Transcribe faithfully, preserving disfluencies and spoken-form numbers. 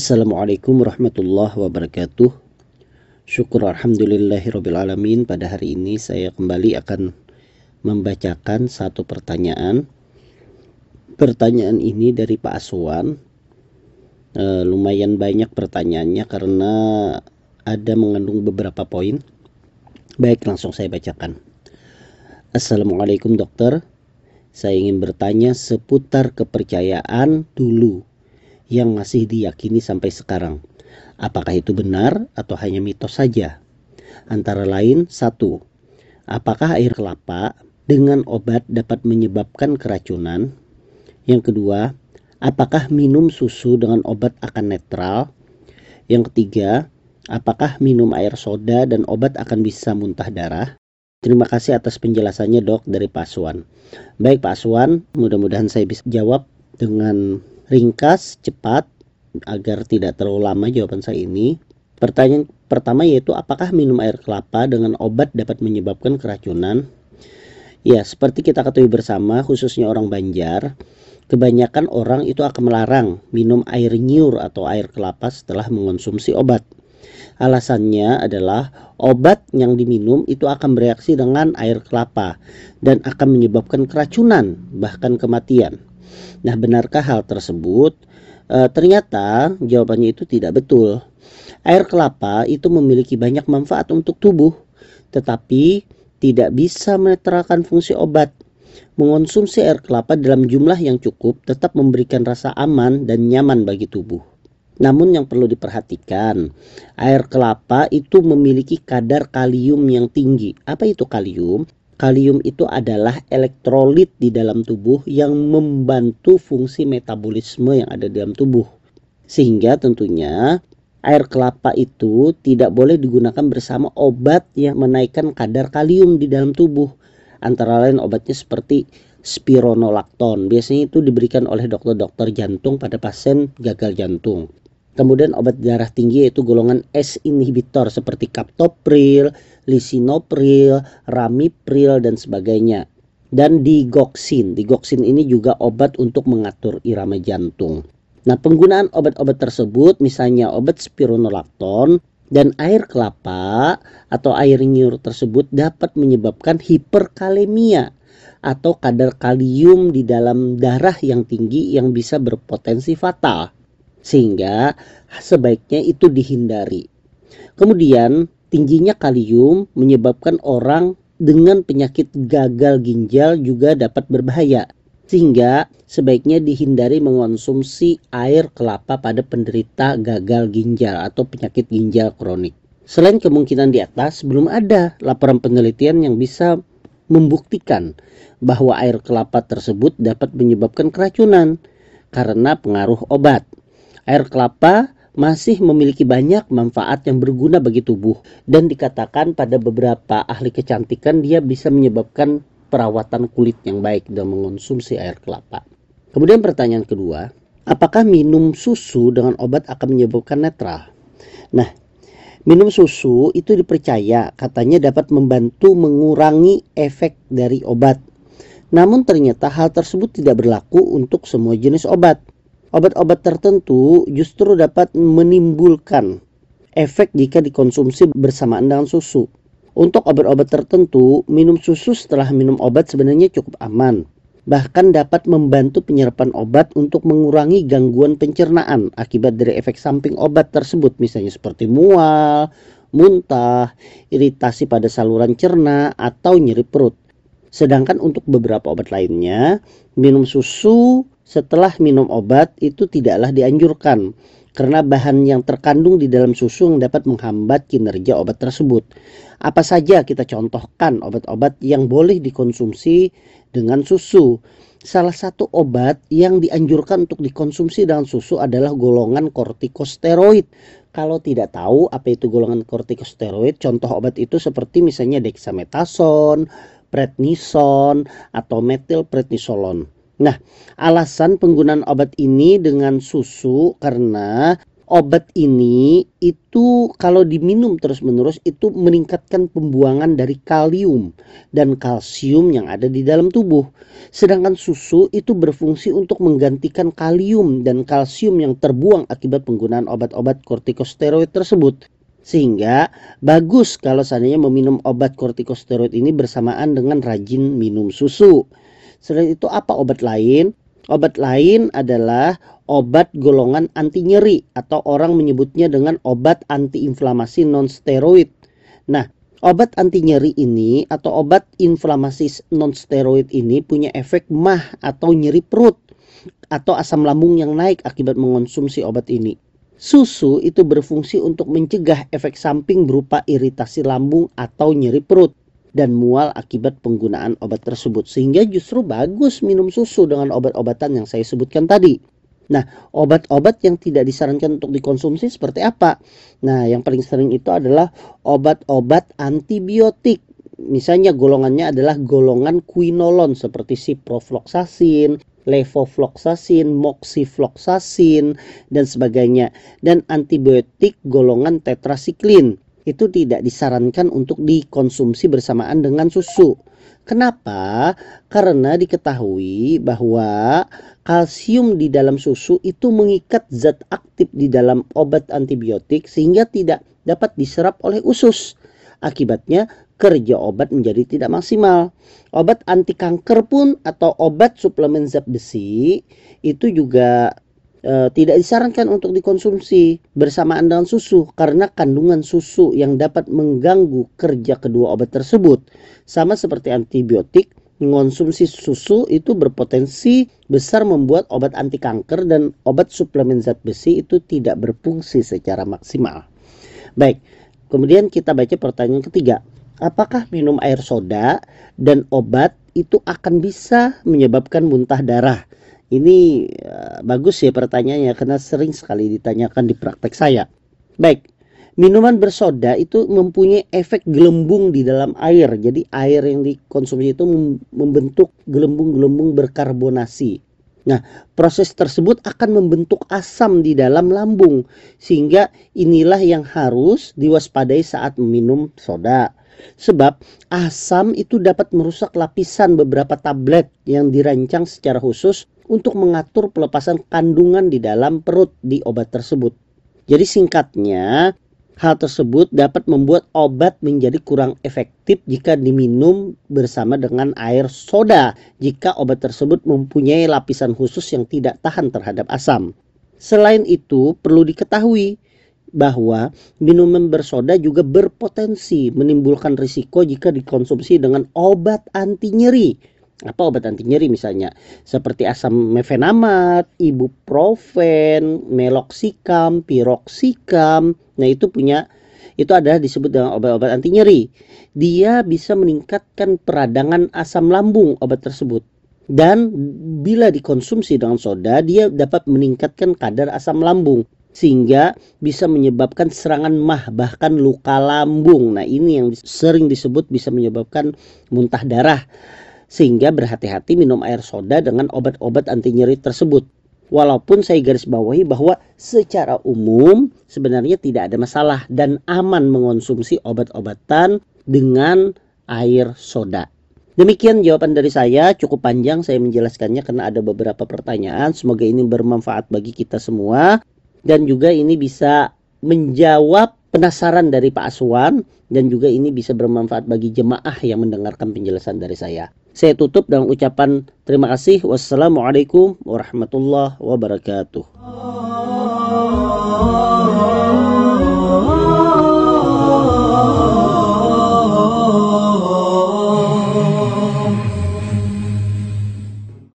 Assalamualaikum warahmatullahi wabarakatuh. Syukur alhamdulillahirabbil alamin. Pada hari ini saya kembali akan membacakan satu pertanyaan. Pertanyaan ini dari Pak Aswan. e, Lumayan banyak pertanyaannya karena ada mengandung beberapa poin. Baik, langsung saya bacakan. Assalamualaikum dokter. Saya ingin bertanya seputar kepercayaan dulu yang masih diyakini sampai sekarang. Apakah itu benar atau hanya mitos saja? Antara lain, satu, apakah air kelapa dengan obat dapat menyebabkan keracunan? Yang kedua, apakah minum susu dengan obat akan netral? Yang ketiga, apakah minum air soda dan obat akan bisa muntah darah? Terima kasih atas penjelasannya dok, dari Pak Aswan. Baik Pak Aswan, mudah-mudahan saya bisa jawab dengan ringkas, cepat, agar tidak terlalu lama jawaban saya ini. Pertanyaan pertama yaitu apakah minum air kelapa dengan obat dapat menyebabkan keracunan? Ya, seperti kita ketahui bersama, khususnya orang Banjar, kebanyakan orang itu akan melarang minum air nyur atau air kelapa setelah mengonsumsi obat. Alasannya adalah obat yang diminum itu akan bereaksi dengan air kelapa dan akan menyebabkan keracunan, bahkan kematian. Nah, benarkah hal tersebut? E, ternyata jawabannya itu tidak betul. Air kelapa itu memiliki banyak manfaat untuk tubuh, tetapi tidak bisa menetralkan fungsi obat. Mengonsumsi air kelapa dalam jumlah yang cukup tetap memberikan rasa aman dan nyaman bagi tubuh. Namun yang perlu diperhatikan, air kelapa itu memiliki kadar kalium yang tinggi. Apa itu kalium? Kalium itu adalah elektrolit di dalam tubuh yang membantu fungsi metabolisme yang ada di dalam tubuh. Sehingga tentunya air kelapa itu tidak boleh digunakan bersama obat yang menaikkan kadar kalium di dalam tubuh. Antara lain obatnya seperti spironolakton. Biasanya itu diberikan oleh dokter-dokter jantung pada pasien gagal jantung. Kemudian obat darah tinggi yaitu golongan S inhibitor seperti captopril, lisinopril, ramipril dan sebagainya. Dan digoxin. Digoxin ini juga obat untuk mengatur irama jantung. Nah, penggunaan obat-obat tersebut misalnya obat spironolakton dan air kelapa atau air nyur tersebut dapat menyebabkan hiperkalemia atau kadar kalium di dalam darah yang tinggi yang bisa berpotensi fatal. Sehingga sebaiknya itu dihindari. Kemudian tingginya kalium menyebabkan orang dengan penyakit gagal ginjal juga dapat berbahaya. Sehingga sebaiknya dihindari mengonsumsi air kelapa pada penderita gagal ginjal atau penyakit ginjal kronik. Selain kemungkinan di atas, belum ada laporan penelitian yang bisa membuktikan bahwa air kelapa tersebut dapat menyebabkan keracunan karena pengaruh obat. Air kelapa masih memiliki banyak manfaat yang berguna bagi tubuh dan dikatakan pada beberapa ahli kecantikan dia bisa menyebabkan perawatan kulit yang baik dalam mengonsumsi air kelapa. Kemudian pertanyaan kedua, apakah minum susu dengan obat akan menyebabkan netral? Nah, minum susu itu dipercaya katanya dapat membantu mengurangi efek dari obat. Namun ternyata hal tersebut tidak berlaku untuk semua jenis obat. Obat-obat tertentu justru dapat menimbulkan efek jika dikonsumsi bersamaan dengan susu. Untuk obat-obat tertentu, minum susu setelah minum obat sebenarnya cukup aman. Bahkan dapat membantu penyerapan obat untuk mengurangi gangguan pencernaan akibat dari efek samping obat tersebut, misalnya seperti mual, muntah, iritasi pada saluran cerna, atau nyeri perut. Sedangkan untuk beberapa obat lainnya, minum susu setelah minum obat itu tidaklah dianjurkan karena bahan yang terkandung di dalam susu yang dapat menghambat kinerja obat tersebut. Apa saja kita contohkan obat-obat yang boleh dikonsumsi dengan susu. Salah satu obat yang dianjurkan untuk dikonsumsi dengan susu adalah golongan kortikosteroid. Kalau tidak tahu apa itu golongan kortikosteroid, contoh obat itu seperti misalnya dexamethasone, prednison, atau metilprednisolon. Nah, alasan penggunaan obat ini dengan susu karena Obat ini itu kalau diminum terus-menerus itu meningkatkan pembuangan dari kalium dan kalsium yang ada di dalam tubuh. Sedangkan susu itu berfungsi untuk menggantikan kalium dan kalsium yang terbuang akibat penggunaan obat-obat kortikosteroid tersebut. Sehingga bagus kalau seandainya meminum obat kortikosteroid ini bersamaan dengan rajin minum susu. Selain itu apa obat lain? Obat lain adalah obat golongan anti nyeri atau orang menyebutnya dengan obat antiinflamasi non-steroid. Nah, obat anti nyeri ini atau obat inflamasi non-steroid ini punya efek mah atau nyeri perut atau asam lambung yang naik akibat mengonsumsi obat ini. Susu itu berfungsi untuk mencegah efek samping berupa iritasi lambung atau nyeri perut dan mual akibat penggunaan obat tersebut. Sehingga justru bagus minum susu dengan obat-obatan yang saya sebutkan tadi. Nah, obat-obat yang tidak disarankan untuk dikonsumsi seperti apa? Nah, yang paling sering itu adalah obat-obat antibiotik. Misalnya golongannya adalah golongan quinolon seperti ciprofloxacin, levofloxacin, moxifloxacin, dan sebagainya. Dan antibiotik golongan tetrasiklin. Itu tidak disarankan untuk dikonsumsi bersamaan dengan susu. Kenapa? Karena diketahui bahwa kalsium di dalam susu itu mengikat zat aktif di dalam obat antibiotik sehingga tidak dapat diserap oleh usus. Akibatnya kerja obat menjadi tidak maksimal. Obat anti kanker pun atau obat suplemen zat besi itu juga E, tidak disarankan untuk dikonsumsi bersamaan dengan susu karena kandungan susu yang dapat mengganggu kerja kedua obat tersebut. Sama seperti antibiotik, mengonsumsi susu itu berpotensi besar membuat obat anti kanker dan obat suplemen zat besi itu tidak berfungsi secara maksimal. Baik, kemudian kita baca pertanyaan ketiga. Apakah minum air soda dan obat itu akan bisa menyebabkan muntah darah? Ini uh, bagus ya pertanyaannya karena sering sekali ditanyakan di praktek saya. Baik, minuman bersoda itu mempunyai efek gelembung di dalam air. Jadi air yang dikonsumsi itu membentuk gelembung-gelembung berkarbonasi. Nah, proses tersebut akan membentuk asam di dalam lambung. Sehingga inilah yang harus diwaspadai saat meminum soda. Sebab asam itu dapat merusak lapisan beberapa tablet yang dirancang secara khusus untuk mengatur pelepasan kandungan di dalam perut di obat tersebut. Jadi singkatnya, hal tersebut dapat membuat obat menjadi kurang efektif jika diminum bersama dengan air soda jika obat tersebut mempunyai lapisan khusus yang tidak tahan terhadap asam. Selain itu, perlu diketahui bahwa minuman bersoda juga berpotensi menimbulkan risiko jika dikonsumsi dengan obat anti nyeri. Apa obat anti nyeri misalnya? Seperti asam mefenamat, ibuprofen, meloxicam, piroxicam. Nah, itu punya itu adalah disebut dengan obat-obat anti nyeri. Dia bisa meningkatkan peradangan asam lambung obat tersebut. Dan bila dikonsumsi dengan soda, dia dapat meningkatkan kadar asam lambung sehingga bisa menyebabkan serangan mah bahkan luka lambung. Nah, ini yang sering disebut bisa menyebabkan muntah darah. Sehingga berhati-hati minum air soda dengan obat-obat anti nyeri tersebut. Walaupun saya garis bawahi bahwa secara umum sebenarnya tidak ada masalah dan aman mengonsumsi obat-obatan dengan air soda. Demikian jawaban dari saya, cukup panjang saya menjelaskannya karena ada beberapa pertanyaan. Semoga ini bermanfaat bagi kita semua dan juga ini bisa menjawab penasaran dari Pak Aswan dan juga ini bisa bermanfaat bagi jemaah yang mendengarkan penjelasan dari saya. Saya tutup dengan ucapan terima kasih. Wassalamualaikum warahmatullahi wabarakatuh.